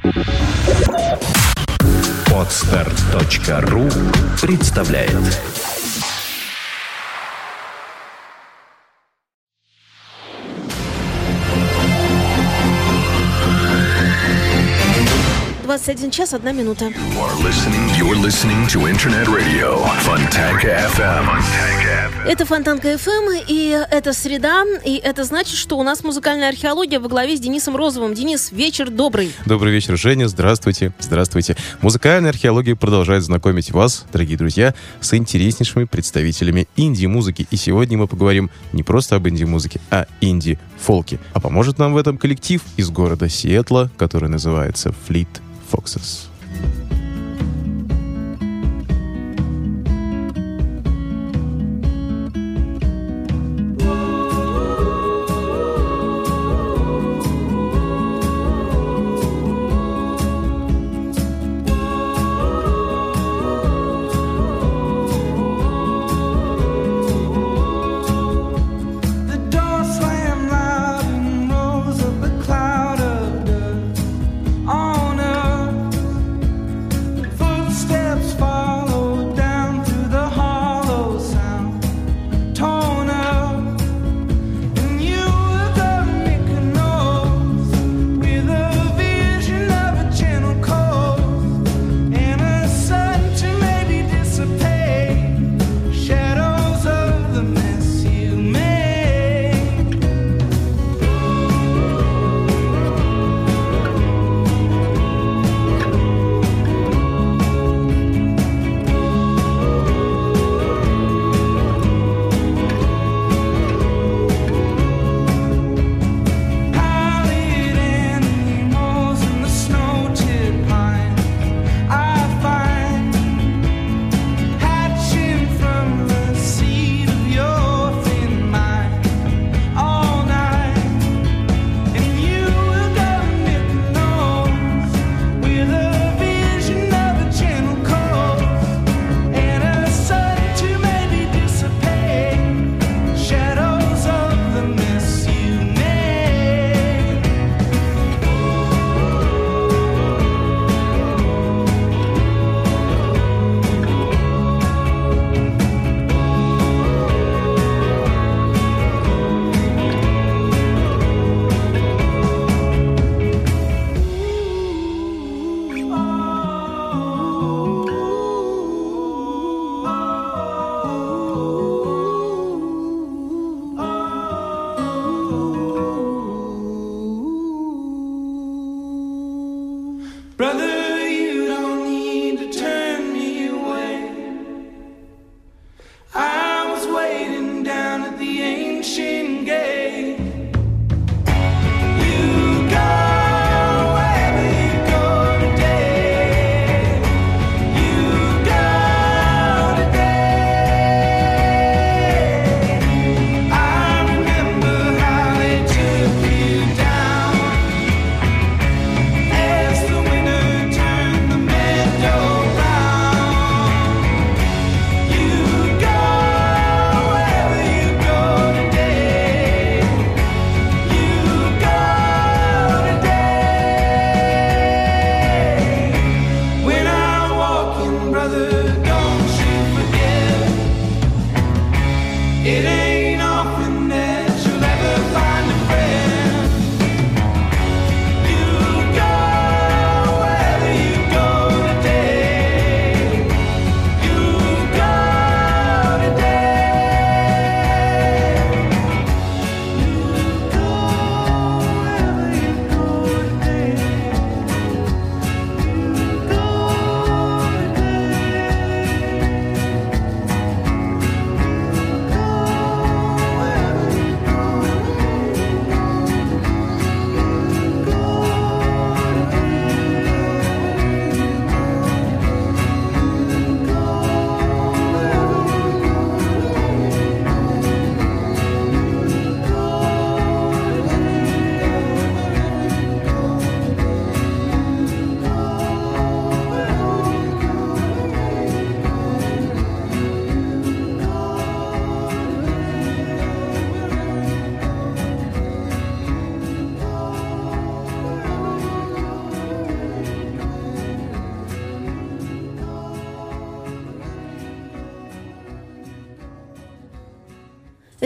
Podster.ru представляет. час 1 минута. You're listening to Internet Radio Fontanka FM. Это Фонтанка FM, и это среда, и это значит, что у нас музыкальная археология во главе с Денисом Розовым. Денис, вечер добрый. Добрый вечер, Женя. Здравствуйте. Здравствуйте. Музыкальная археология продолжает знакомить вас, дорогие друзья, с интереснейшими представителями инди-музыки. И сегодня мы поговорим не просто об инди-музыке, а инди-фолке. А поможет нам в этом коллектив из города Сиэтла, который называется Fleet Foxes.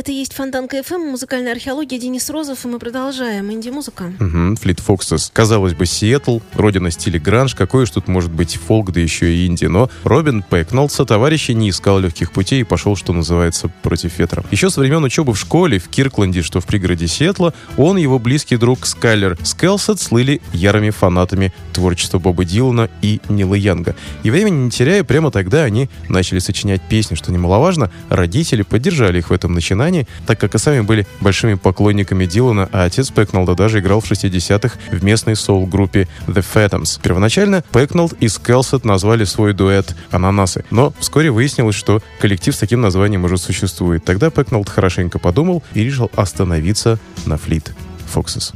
Это есть Фонтанка ФМ, музыкальная археология, Денис Розов, и мы продолжаем. Инди-музыка. Fleet Foxes. Казалось бы, Сиэтл, родина стиля гранж, какой уж тут может быть фолк, да еще и инди. Но Робин Пэкнелл сотоварищей не искал легких путей и пошел, что называется, против ветра. Еще со времен учебы в школе в Киркленде, что в пригороде Сиэтла, он и его близкий друг Скайлер Скелсет слыли ярыми фанатами творчества Боба Дилана и Нила Янга. И времени не теряя, прямо тогда они начали сочинять песни, что немаловажно. Родители поддержали их в этом начинании, так как и сами были большими поклонниками Дилана, а отец Пэкнелда даже играл в 60-х в местной соул-группе The Phantoms. Первоначально Пэкнелд и Скелсет назвали свой дуэт «Ананасы», но вскоре выяснилось, что коллектив с таким названием уже существует. Тогда Пэкнелд хорошенько подумал и решил остановиться на Fleet Foxes.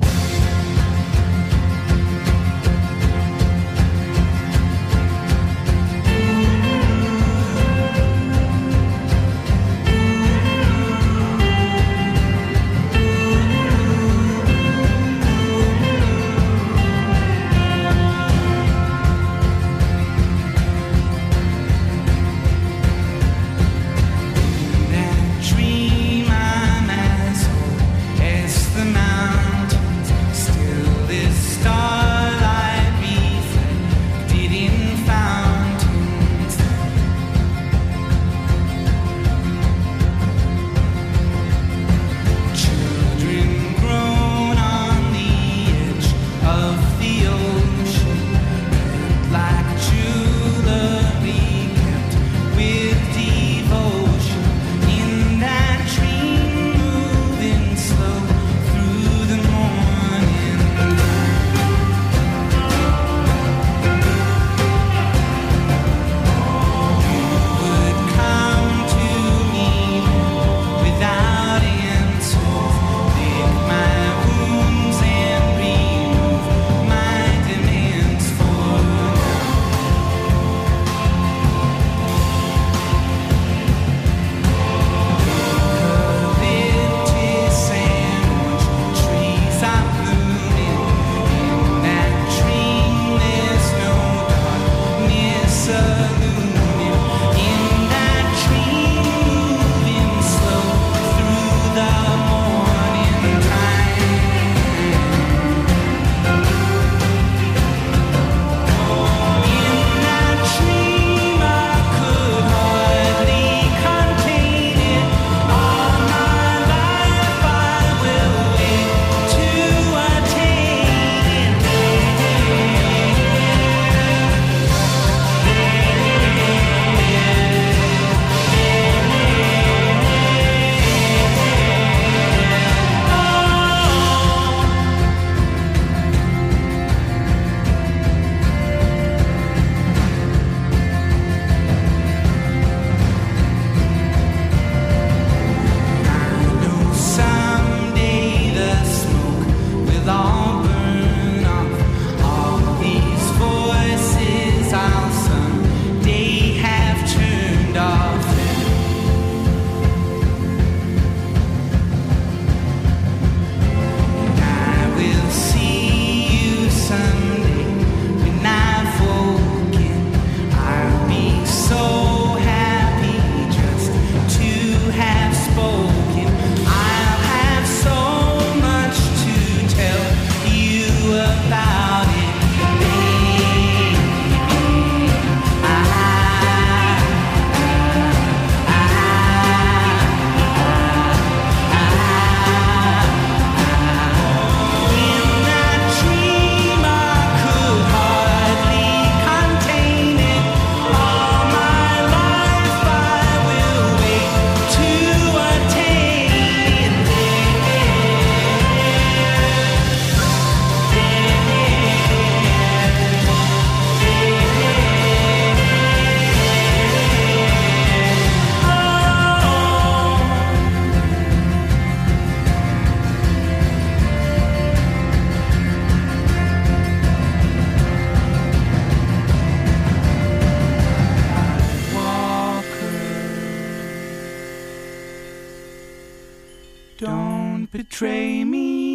Don't betray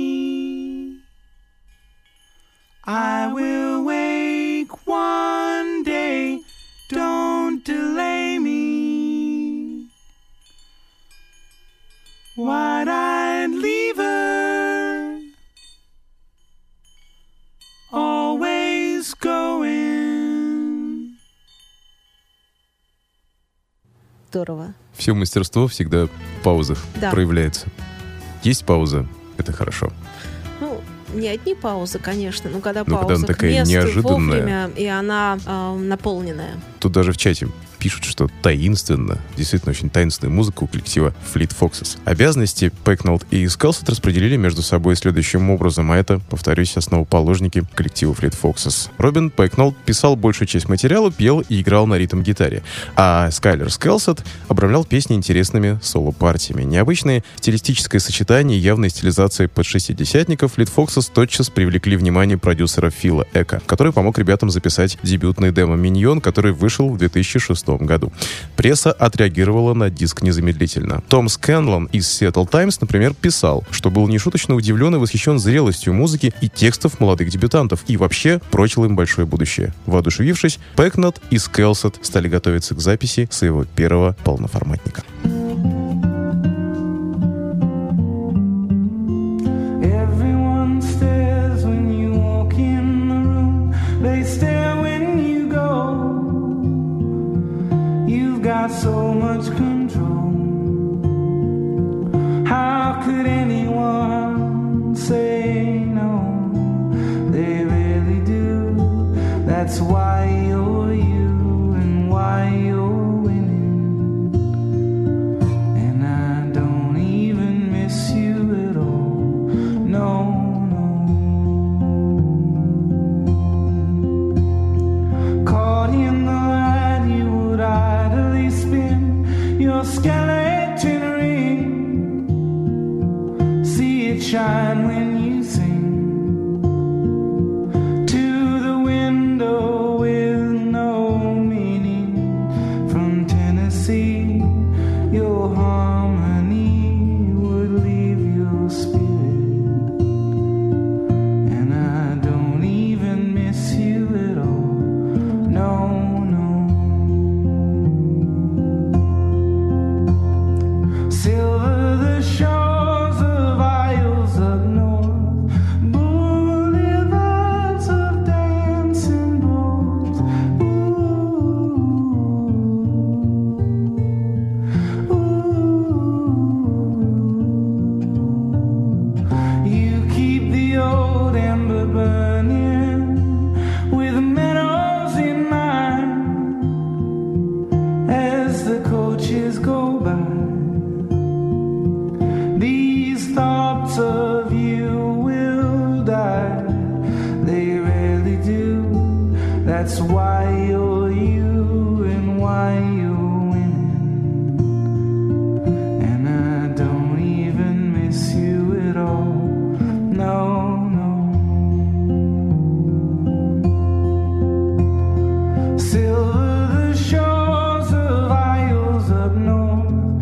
me. I will wake one day. Don't delay me. is going. Здорово. Все мастерство всегда в паузах проявляется. Есть пауза, это хорошо. Ну, не одни паузы, конечно, но когда когда пауза она такая к месту, неожиданная. вовремя, и она наполненная. Тут даже в чате пишут, что таинственно, действительно очень таинственная музыка у коллектива Fleet Foxes. Обязанности Пэкнолд и Скелсет распределили между собой следующим образом, а это, повторюсь, основоположники коллектива Fleet Foxes. Робин Пэкнолд писал большую часть материала, пел и играл на ритм-гитаре, а Скайлер Скелсет обрамлял песни интересными соло-партиями. Необычное стилистическое сочетание и явная стилизация под шестидесятников Fleet Foxes тотчас привлекли внимание продюсера Фила Эка, который помог ребятам записать дебютный демо «Миньон», который вышел в 2006 году. Пресса отреагировала на диск незамедлительно. Том Скэнлон из Seattle Times, например, писал, что был нешуточно удивлен и восхищен зрелостью музыки и текстов молодых дебютантов и вообще прочил им большое будущее. Воодушевившись, Пэкнолд и Скелсет стали готовиться к записи своего первого полноформатника. So much control. How could anyone say no? They really do. That's why you're you and why you're winning. And I don't even miss you at all. No. Caught in the light, you would idly spin your skeleton ring. See it shine when you sing to the window with no meaning. From Tennessee, your harmony would leave your spirit. And I don't even miss you at all. No. Silver the shores of isles up north, boulevards of dancing boys. Ooh, ooh. You keep the old ember burning with meadows in mind as the coaches go by. These thoughts of you will die. They rarely do. That's why you're you and why you're winning. And I don't even miss you at all. No, no. Silver the shores of isles up north.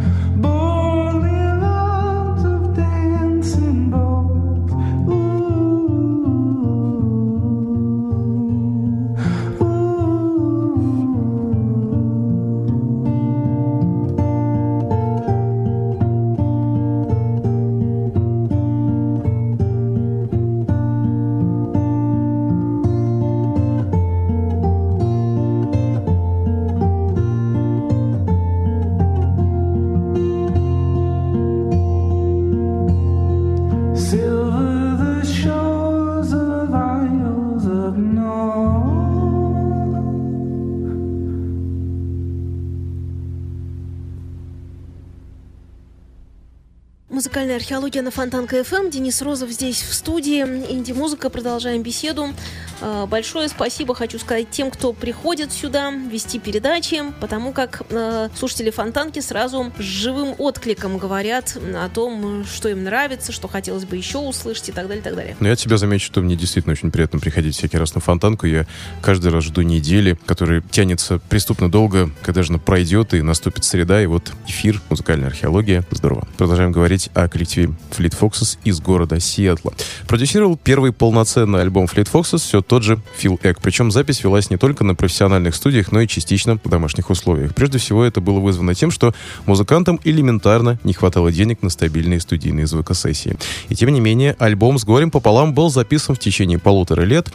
Музыкальная археология на Фонтанка ФМ. Денис Розов здесь в студии. Инди-музыка. Продолжаем беседу. Большое спасибо хочу сказать тем, кто приходит сюда вести передачи, потому как слушатели Фонтанки сразу с живым откликом говорят о том, что им нравится, что хотелось бы еще услышать и так далее, и так далее. Но я от себя замечу, что мне действительно очень приятно приходить всякий раз на Фонтанку. Я каждый раз жду недели, которая тянется преступно долго, когда же она пройдет и наступит среда, и вот эфир, музыкальная археология. Здорово. Продолжаем говорить о коллективе Fleet Foxes из города Сиэтла. Продюсировал первый полноценный альбом Fleet Foxes все тот же Фил Эк. Причем запись велась не только на профессиональных студиях, но и частично в домашних условиях. Прежде всего, это было вызвано тем, что музыкантам элементарно не хватало денег на стабильные студийные звукосессии. И тем не менее, альбом с горем пополам был записан в течение 1,5 лет.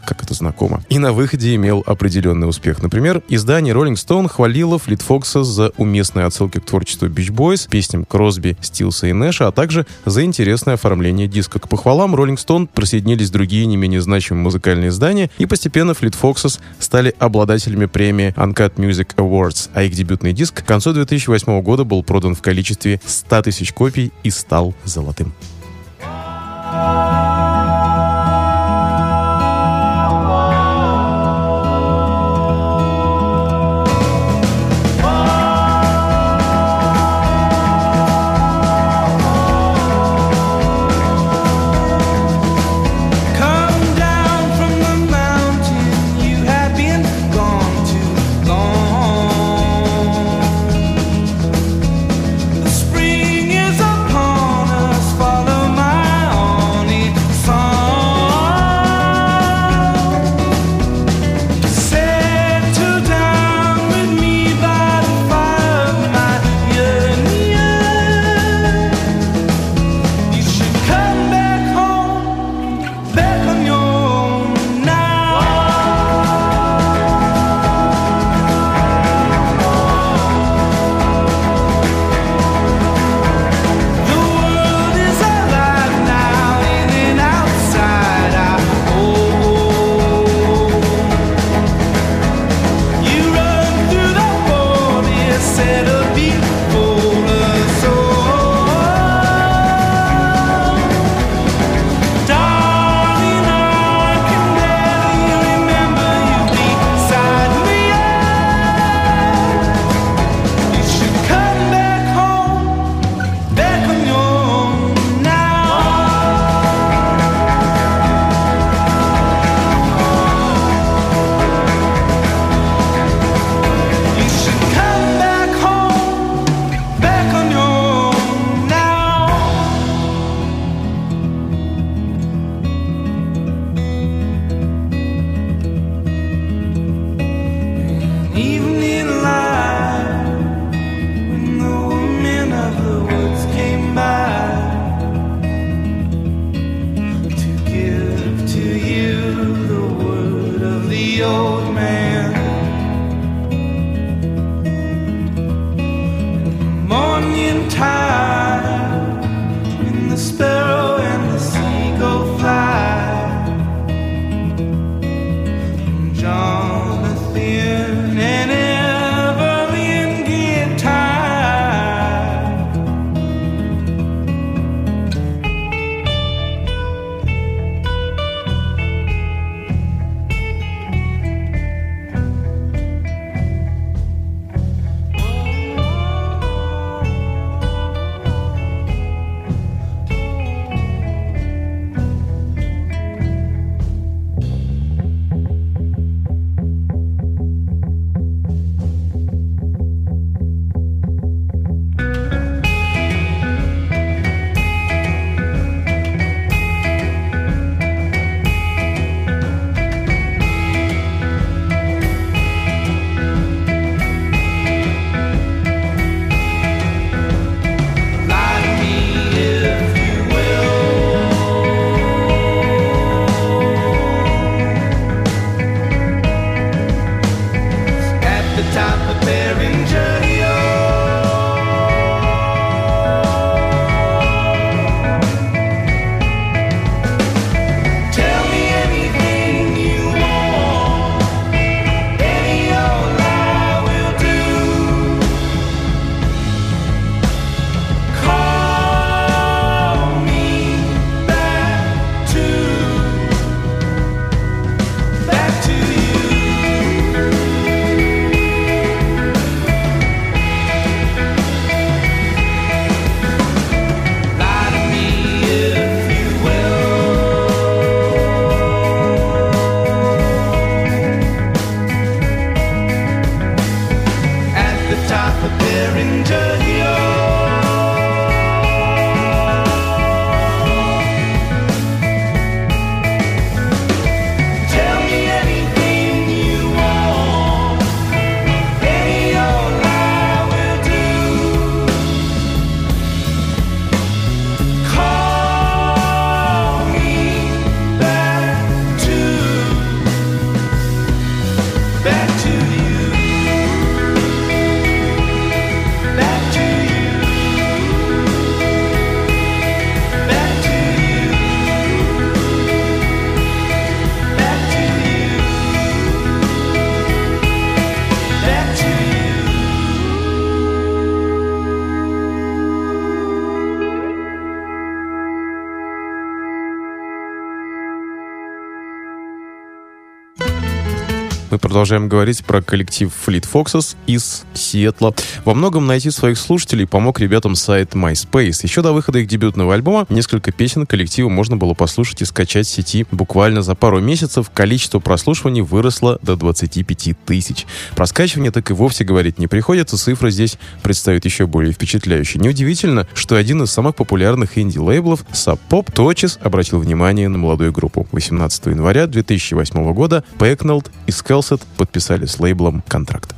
как это знакомо. И на выходе имел определенный успех. Например, издание Rolling Stone хвалило Флит Фокса за уместные отсылки к творчеству Beach Boys, песням Кросби, Стилса и Нэша, а также за интересное оформление диска. К похвалам Rolling Stone присоединились другие не менее значимые музыкальные издания, и постепенно Флит Фоксес стали обладателями премии Uncut Music Awards, а их дебютный диск к концу 2008 года был продан в количестве 100 тысяч копий и стал золотым. Spring is upon us, follow my Мы продолжаем говорить про коллектив Fleet Foxes из Сиэтла. Во многом найти своих слушателей помог ребятам сайт MySpace. Еще до выхода их дебютного альбома несколько песен коллектива можно было послушать и скачать в сети. Буквально за пару месяцев количество прослушиваний выросло до 25 тысяч. Про скачивание так и вовсе говорить не приходится, цифры здесь представят еще более впечатляющие. Неудивительно, что один из самых популярных инди-лейблов Sub Pop тотчас обратил внимание на молодую группу. 18 января 2008 года Pecknold и Skelset подписали с лейблом контракт.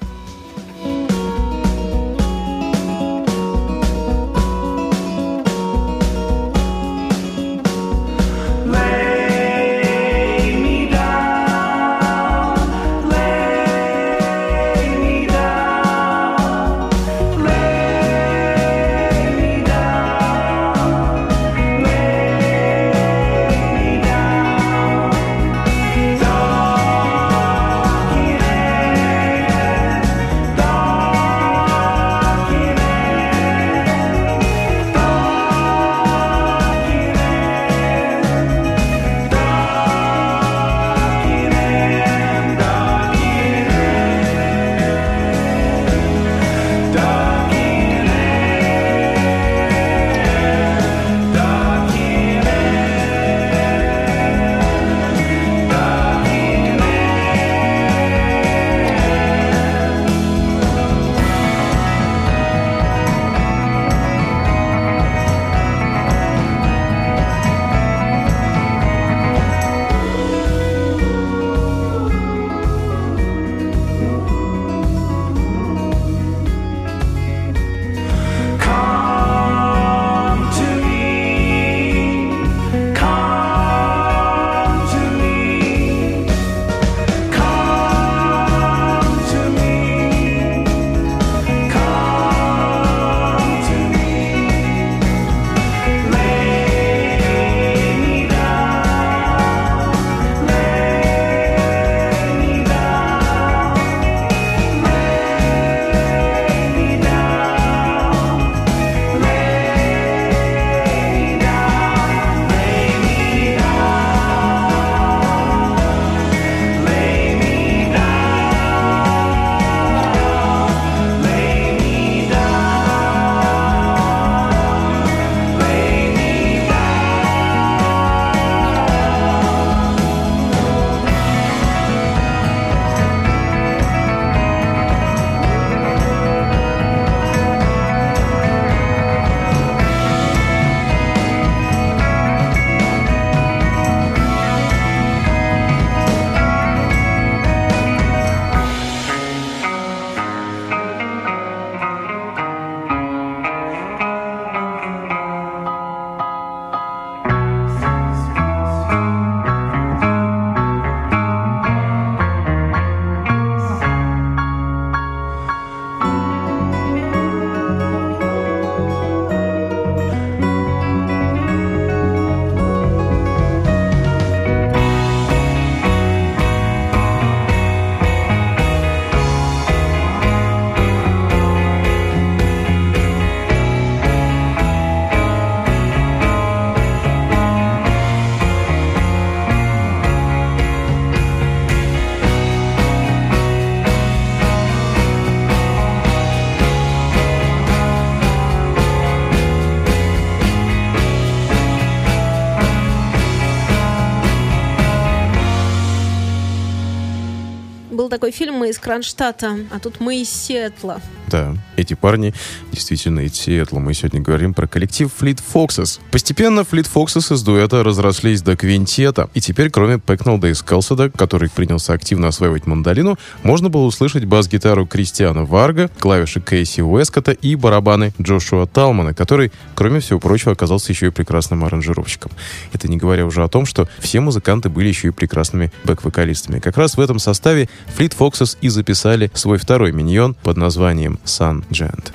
Был такой фильм «Мы из Кронштадта», а тут мы из Сиэтла. Да, эти парни действительно из Сиэтла. Мы сегодня говорим про коллектив Fleet Foxes. Постепенно Fleet Foxes из дуэта разрослись до квинтета. И теперь, кроме Pecknold и Skelset, который принялся активно осваивать мандолину, можно было услышать бас-гитару Кристиана Варга, клавиши Кейси Уэскотта и барабаны Джошуа Талмана, который, кроме всего прочего, оказался еще и прекрасным аранжировщиком. Это не говоря уже о том, что все музыканты были еще и прекрасными бэк-вокалистами. Как раз в этом составе Fleet Foxes и записали свой второй миньон под названием Sun Giant.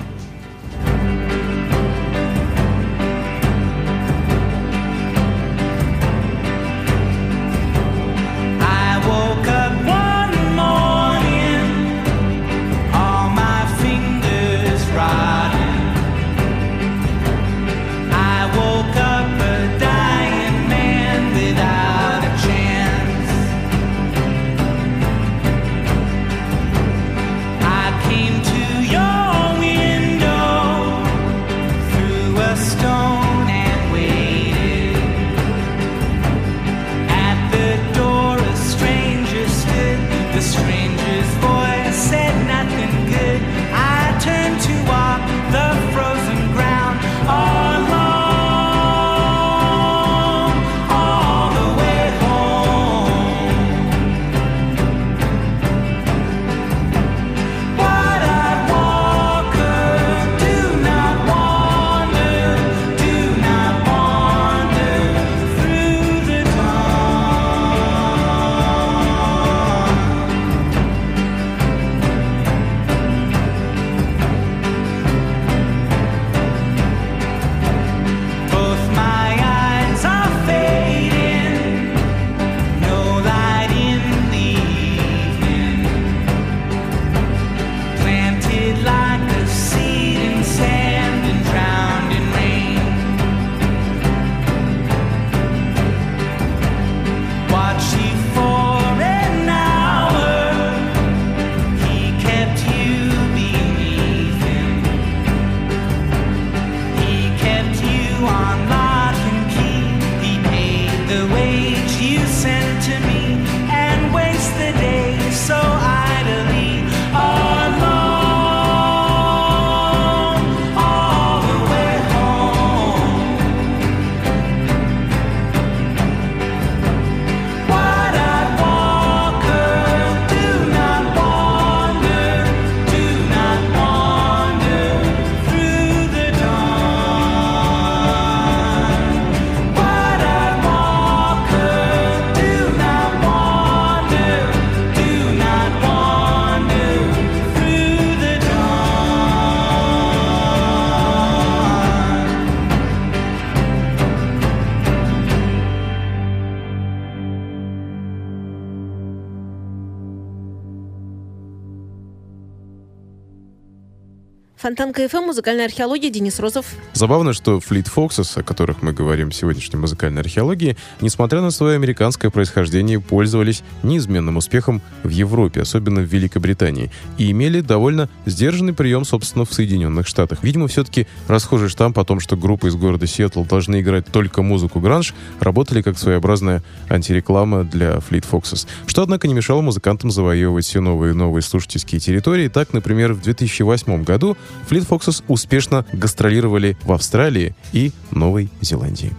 Фонтанка ФМ, музыкальная археология, Денис Розов. Забавно, что Fleet Foxes, о которых мы говорим в сегодняшней музыкальной археологии, несмотря на свое американское происхождение, пользовались неизменным успехом в Европе, особенно в Великобритании, и имели довольно сдержанный прием, собственно, в Соединенных Штатах. Видимо, все-таки расхожий штамп о том, что группы из города Сиэтл должны играть только музыку гранж, работали как своеобразная антиреклама для Fleet Foxes, что, однако, не мешало музыкантам завоевывать все новые и новые слушательские территории. Так, например, в 2008 году Fleet Foxes успешно гастролировали в Австралии и Новой Зеландии.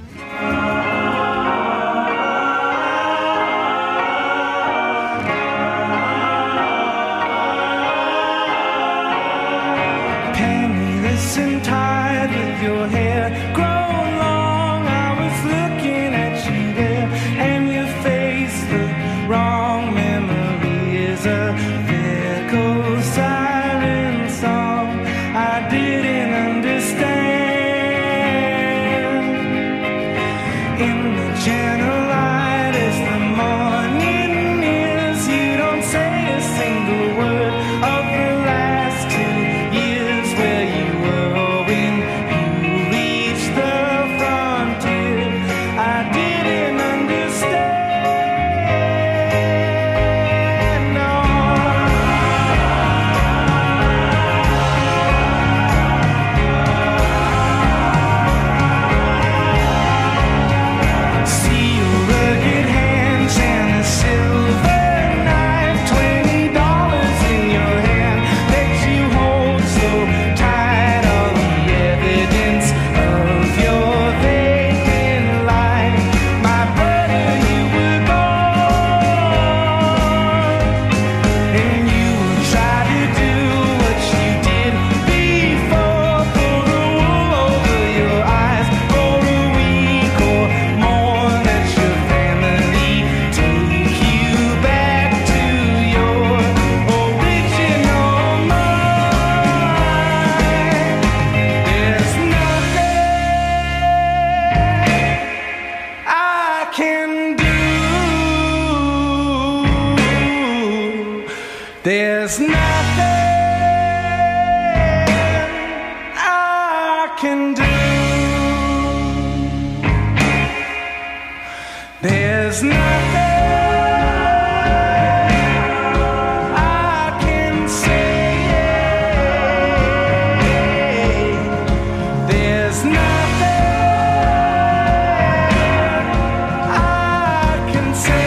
There's nothing I can do. There's nothing I can say. There's nothing I can say.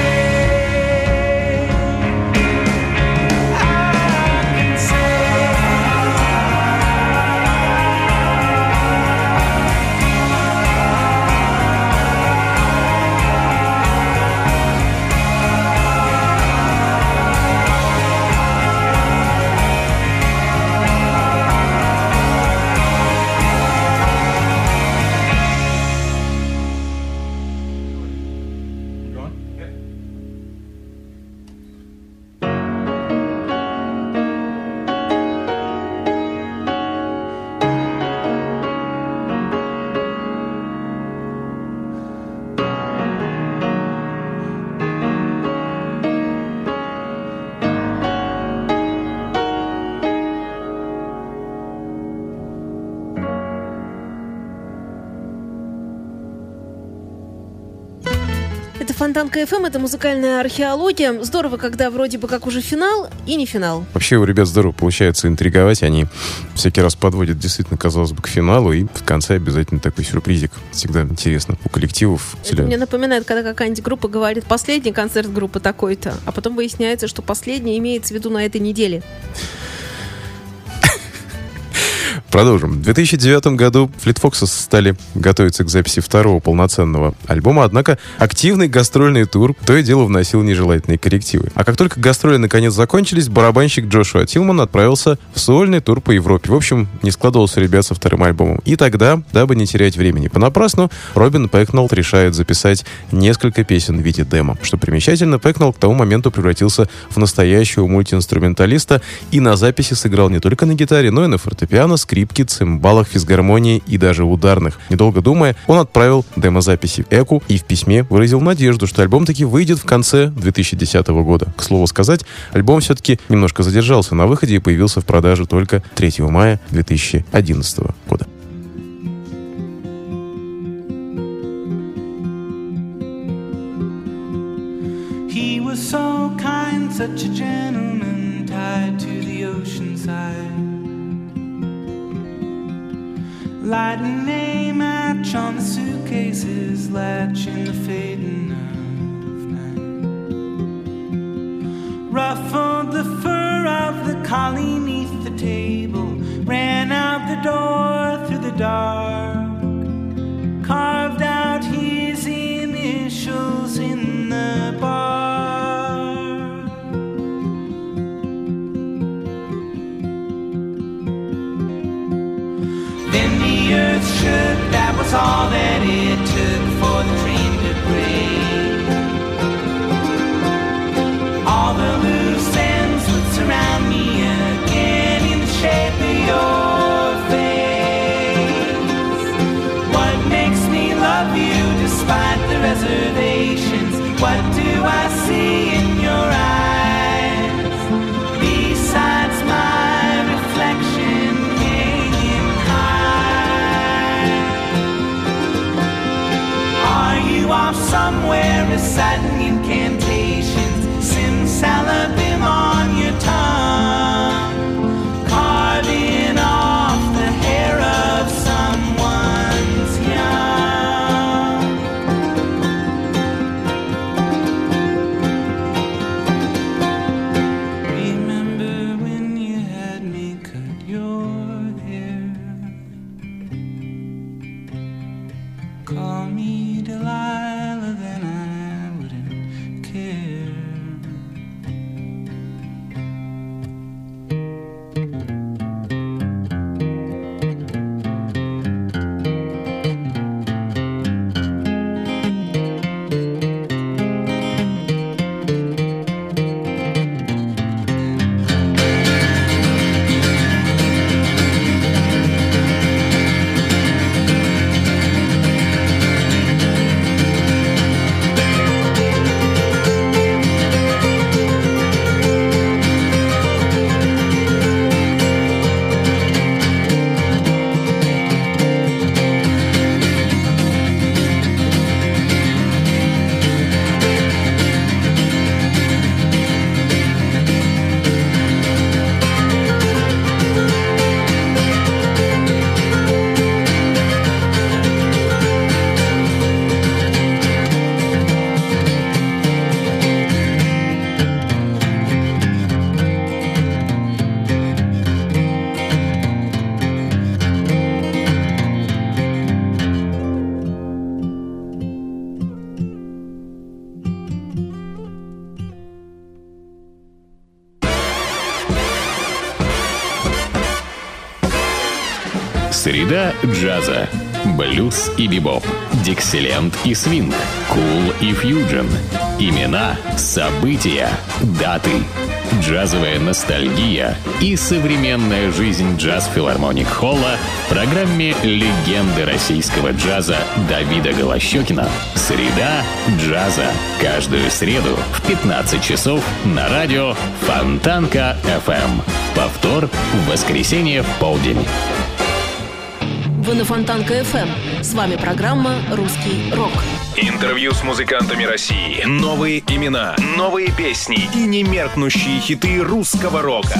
Это Фонтанка ФМ, это музыкальная археология. Здорово, когда вроде бы как уже финал и не финал. Вообще у ребят здорово получается интриговать. Они всякий раз подводят действительно, казалось бы, к финалу. И в конце обязательно такой сюрпризик. Всегда интересно у коллективов. Это мне напоминает, когда какая-нибудь группа говорит: последний концерт группы такой-то. А потом выясняется, что последний имеется в виду на этой неделе. Продолжим. В 2009 году Fleet Foxes стали готовиться к записи второго полноценного альбома, однако активный гастрольный тур то и дело вносил нежелательные коррективы. А как только гастроли наконец закончились, барабанщик Джошуа Тилман отправился в сольный тур по Европе. В общем, не складывался у ребят со вторым альбомом. И тогда, дабы не терять времени понапрасну, Робин Пэкнелл решает записать несколько песен в виде демо. Что примечательно, Пэкнелл к тому моменту превратился в настоящего мультиинструменталиста и на записи сыграл не только на гитаре, но и на фортепиано, скрипке скрипке, цимбалах, физгармонии и даже ударных. Недолго думая, он отправил демозаписи Эку и в письме выразил надежду, что альбом таки выйдет в конце 2010 года. К слову сказать, альбом все-таки немножко задержался на выходе и появился в продаже только 3 мая 2011 года. He was so kind, such a gentleman, tied to the ocean side. Lighting a match on the suitcases, latch in the fading of night. Ruffled the fur of the collie neath the table, ran out the door through the dark, carved out his initials in the bar. Then the earth shook, that was all that it took for the dream to break. All the loose ends would surround me again in the shape of your face. What makes me love you despite the reservations? What do I see in your eyes besides my reflection hanging high? Are you off somewhere reciting incantations, simsalabim on your tongue, carving off the hair of someone's young? Remember when you had me cut your hair? Call me Delilah, then I wouldn't care. Среда джаза. Блюз и бибоп. Диксиленд и свинг. Кул и фьюджен. Имена, события, даты. Джазовая ностальгия и современная жизнь джаз-филармоник-холла в программе «Легенды российского джаза» Давида Голощёкина. Среда джаза. Каждую среду в 15 часов на радио Фонтанка FM. Повтор в воскресенье в полдень. Вы на Фонтанка FM. С вами программа «Русский рок». Интервью с музыкантами России. Новые имена, новые песни и немеркнущие хиты русского рока.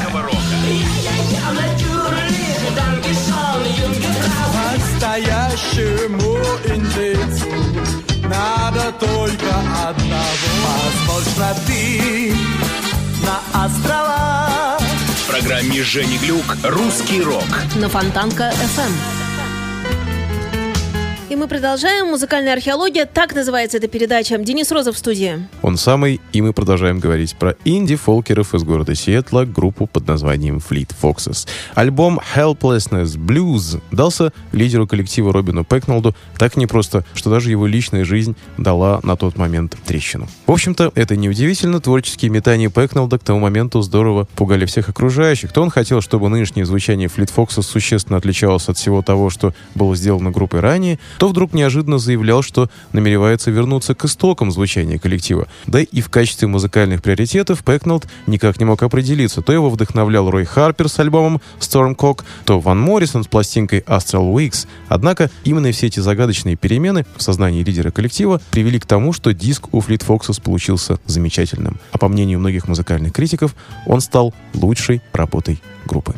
Настоящему индейцу надо только одного. Возможно, ты на острова. В программе Жени Глюк «Русский рок». На Фонтанка FM. И мы мы продолжаем. Музыкальная археология. Так называется эта передача. Денис Розов в студии. Он самый, и мы продолжаем говорить про инди-фолкеров из города Сиэтла, группу под названием Fleet Foxes. Альбом Helplessness Blues дался лидеру коллектива Робину Пэкнолду так непросто, что даже его личная жизнь дала на тот момент трещину. В общем-то, это неудивительно. Творческие метания Пэкнолда к тому моменту здорово пугали всех окружающих. То он хотел, чтобы нынешнее звучание Fleet Foxes существенно отличалось от всего того, что было сделано группой ранее, то вдруг неожиданно заявлял, что намеревается вернуться к истокам звучания коллектива. Да и в качестве музыкальных приоритетов Пэкнолд никак не мог определиться. То его вдохновлял Рой Харпер с альбомом Stormcock, то Ван Моррисон с пластинкой Astral Weeks. Однако именно все эти загадочные перемены в сознании лидера коллектива привели к тому, что диск у Fleet Foxes получился замечательным. А по мнению многих музыкальных критиков, он стал лучшей работой группы.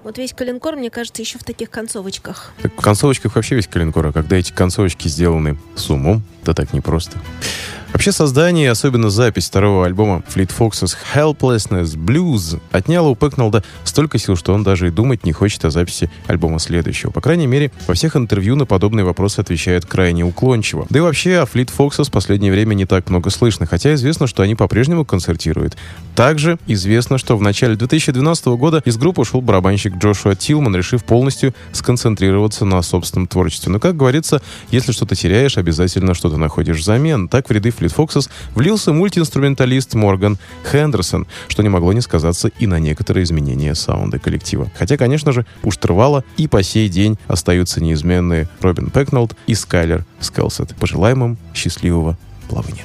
Вот весь коленкор, мне кажется, еще в таких концовочках. Так в концовочках вообще весь коленкор, а когда эти концовочки сделаны с умом, то так непросто. Вообще создание и особенно запись второго альбома Fleet Foxes Helplessness Blues отняло у Пэкнолда столько сил, что он даже и думать не хочет о записи альбома следующего. По крайней мере, во всех интервью на подобные вопросы отвечает крайне уклончиво. Да и вообще о Fleet Foxes в последнее время не так много слышно, хотя известно, что они по-прежнему концертируют. Также известно, что в начале 2012 года из группы ушел барабанщик Джошуа Тилман, решив полностью сконцентрироваться на собственном творчестве. Но, как говорится, если что-то теряешь, обязательно что-то находишь взамен. Так в ряды Fleet Foxes влился мультиинструменталист Морган Хендерсон, что не могло не сказаться и на некоторые изменения саунда коллектива. Хотя, конечно же, у штурвала и по сей день остаются неизменные Робин Пэкнолд и Скайлер Скелсет. Пожелаем им счастливого плавания.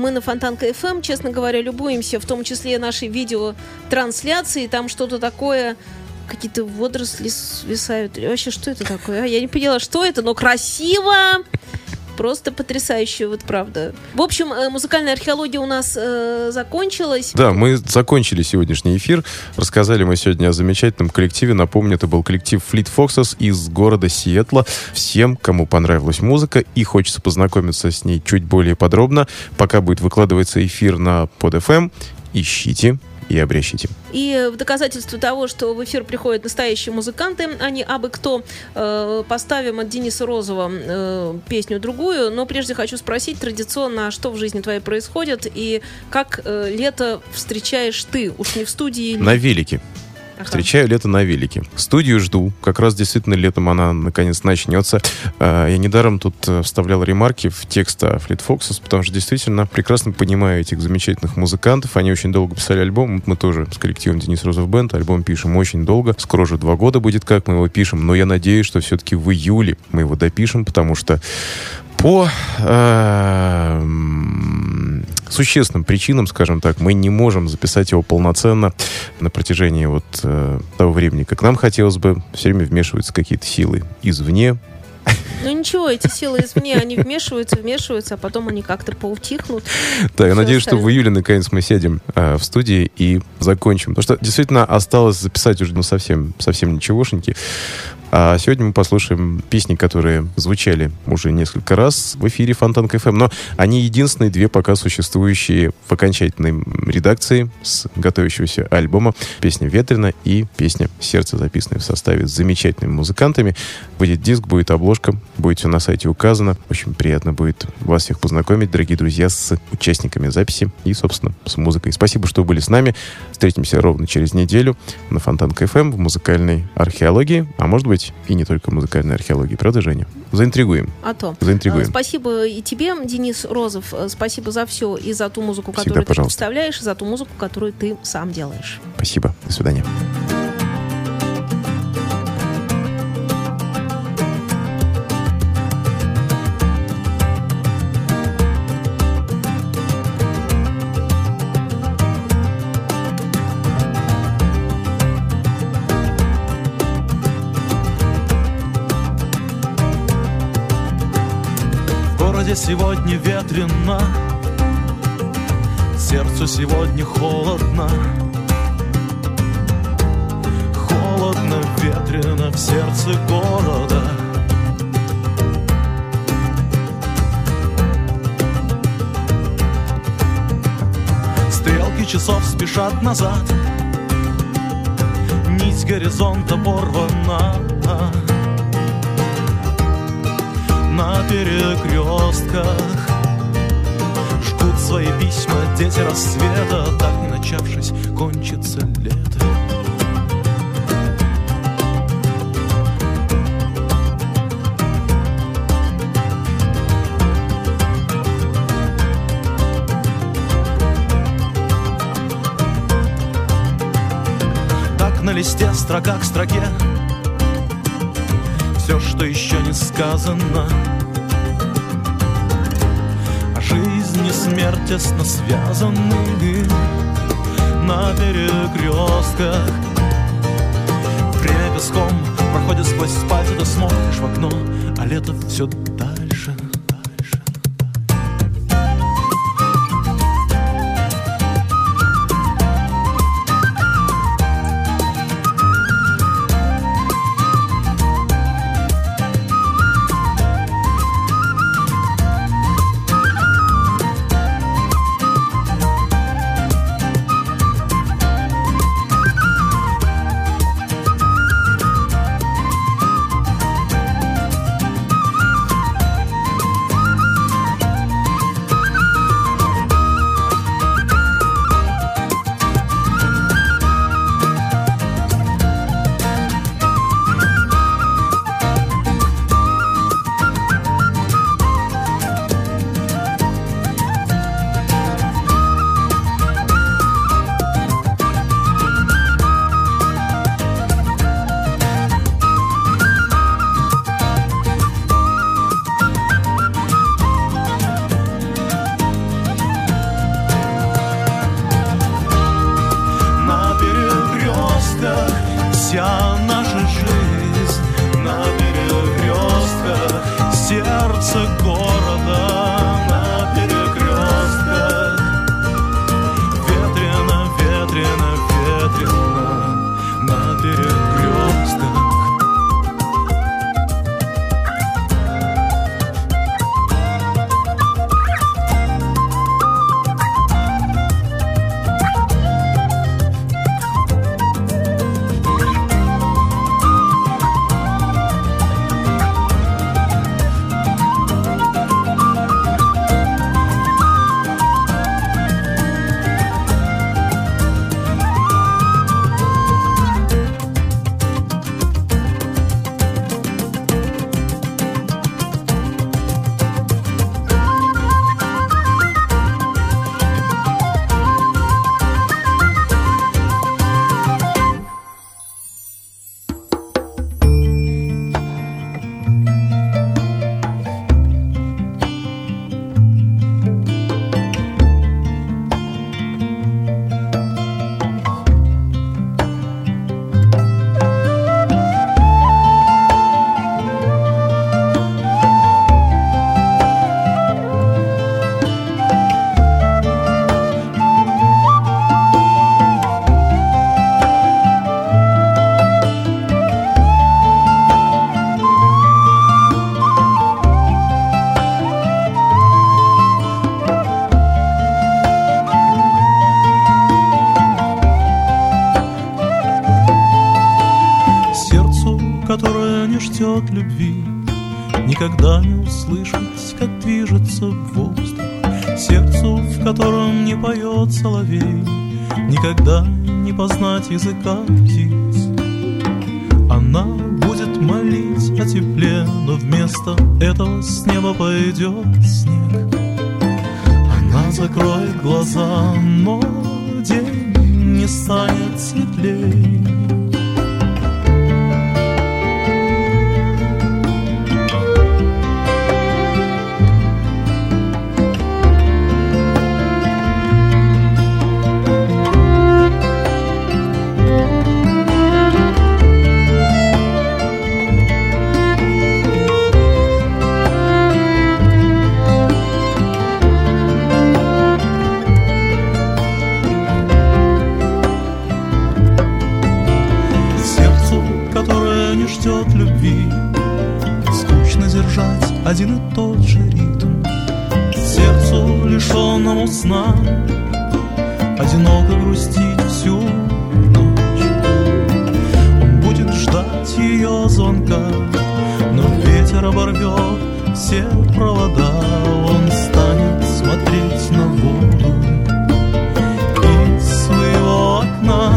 мы на Фонтанка FM, честно говоря, любуемся, в том числе нашей видеотрансляции. Там что-то такое, какие-то водоросли свисают. Вообще, что это такое? Я не поняла, что это, но красиво! Просто потрясающе, вот правда. В общем, музыкальная археология у нас закончилась. Да, мы закончили сегодняшний эфир. Рассказали мы сегодня о замечательном коллективе. Напомню, это был коллектив Fleet Foxes из города Сиэтла. Всем, кому понравилась музыка и хочется познакомиться с ней чуть более подробно, пока будет выкладываться эфир на Pod FM, ищите и обрящите. И в доказательство того, что в эфир приходят настоящие музыканты, а не абы кто, поставим от Дениса Розова песню другую. Но прежде хочу спросить традиционно, что в жизни твоей происходит и как лето встречаешь ты? Уж не в студии? На велике. Встречаю лето на велике. Студию жду. Как раз действительно летом она наконец начнется. Я недаром тут вставлял ремарки в текст Fleet Foxes, потому что действительно прекрасно понимаю этих замечательных музыкантов. Они очень долго писали альбом. Мы тоже с коллективом Денис Розов Бенд альбом пишем очень долго. Скоро уже 2 года будет, как мы его пишем. Но я надеюсь, что все-таки в июле мы его допишем, потому что по существенным причинам, скажем так, мы не можем записать его полноценно на протяжении вот того времени, как нам хотелось бы. Все время вмешиваются какие-то силы извне. Ну ничего, эти силы извне, они вмешиваются, а потом они как-то поутихнут. Да, я надеюсь, что в июле наконец мы сядем в студии и закончим. Потому что действительно осталось записать уже совсем ничегошеньки. А сегодня мы послушаем песни, которые звучали уже несколько раз в эфире Фонтанка FM, но они единственные 2 пока существующие в окончательной редакции с готовящегося альбома. Песня «Ветрено» и песня «Сердце», записанная в составе с замечательными музыкантами. Выйдет диск, будет обложка, будет все на сайте указано. Очень приятно будет вас всех познакомить, дорогие друзья, с участниками записи и, собственно, с музыкой. Спасибо, что вы были с нами. Встретимся ровно через неделю на Фонтанка FM в музыкальной археологии, а может быть и не только музыкальной археологии. Правда, Женя? Заинтригуем. А то. Заинтригуем. Спасибо и тебе, Денис Розов. Спасибо за все и за ту музыку, которую ты представляешь, и за ту музыку, которую ты сам делаешь. Спасибо. До свидания. Сегодня ветрено, сердцу сегодня холодно. Холодно, ветрено в сердце города. Стрелки часов спешат назад, нить горизонта порвана. На перекрестках жгут свои письма дети рассвета. Так не начавшись, кончится лето. Так на листе строка к строке все, что еще не сказано. А жизнь и смерть тесно связаны. На перекрестках время песком проходит сквозь спальцы. Ты смотришь в окно, а лето все дальше. которое не ждет любви, никогда не услышать, как движется воздух. Сердцу, в котором не поет соловей, никогда не познать языка птиц. Она будет молить о тепле, но вместо этого с неба пойдет снег. Она закроет глаза, но день не станет светлей. Ждет любви, скучно держать один и тот же ритм. Сердцу, лишенному сна, одиноко грустить всю ночь. Он будет ждать ее звонка, но ветер оборвет все провода. Он станет смотреть на воду из своего окна.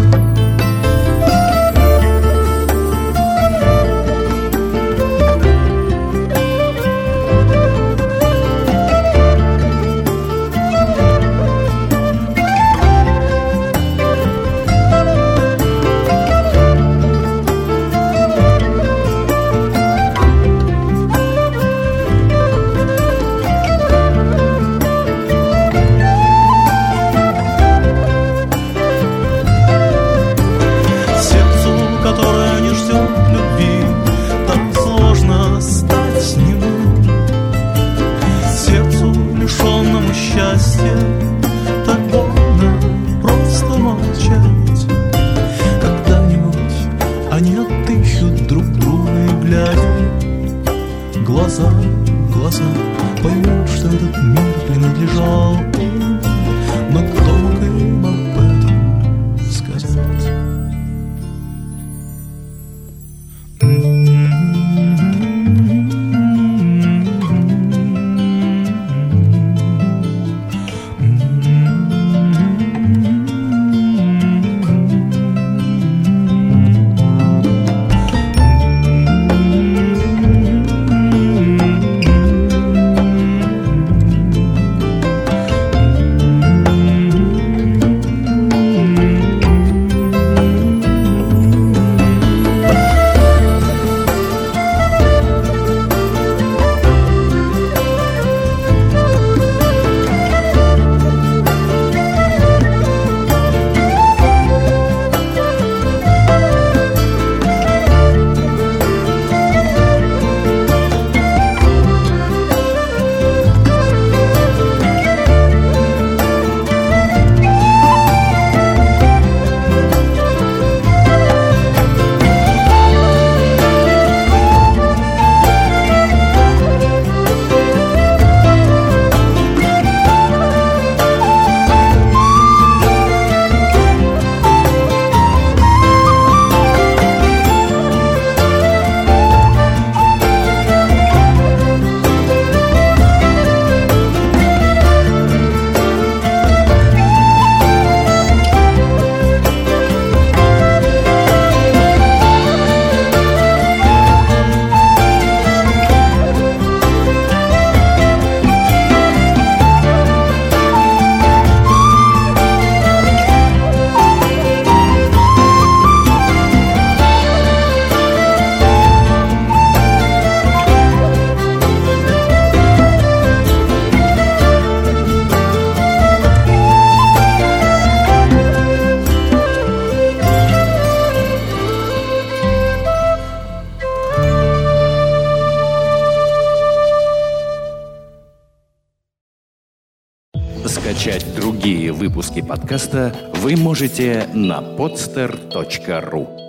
Скачать другие выпуски подкаста вы можете на podster.ru.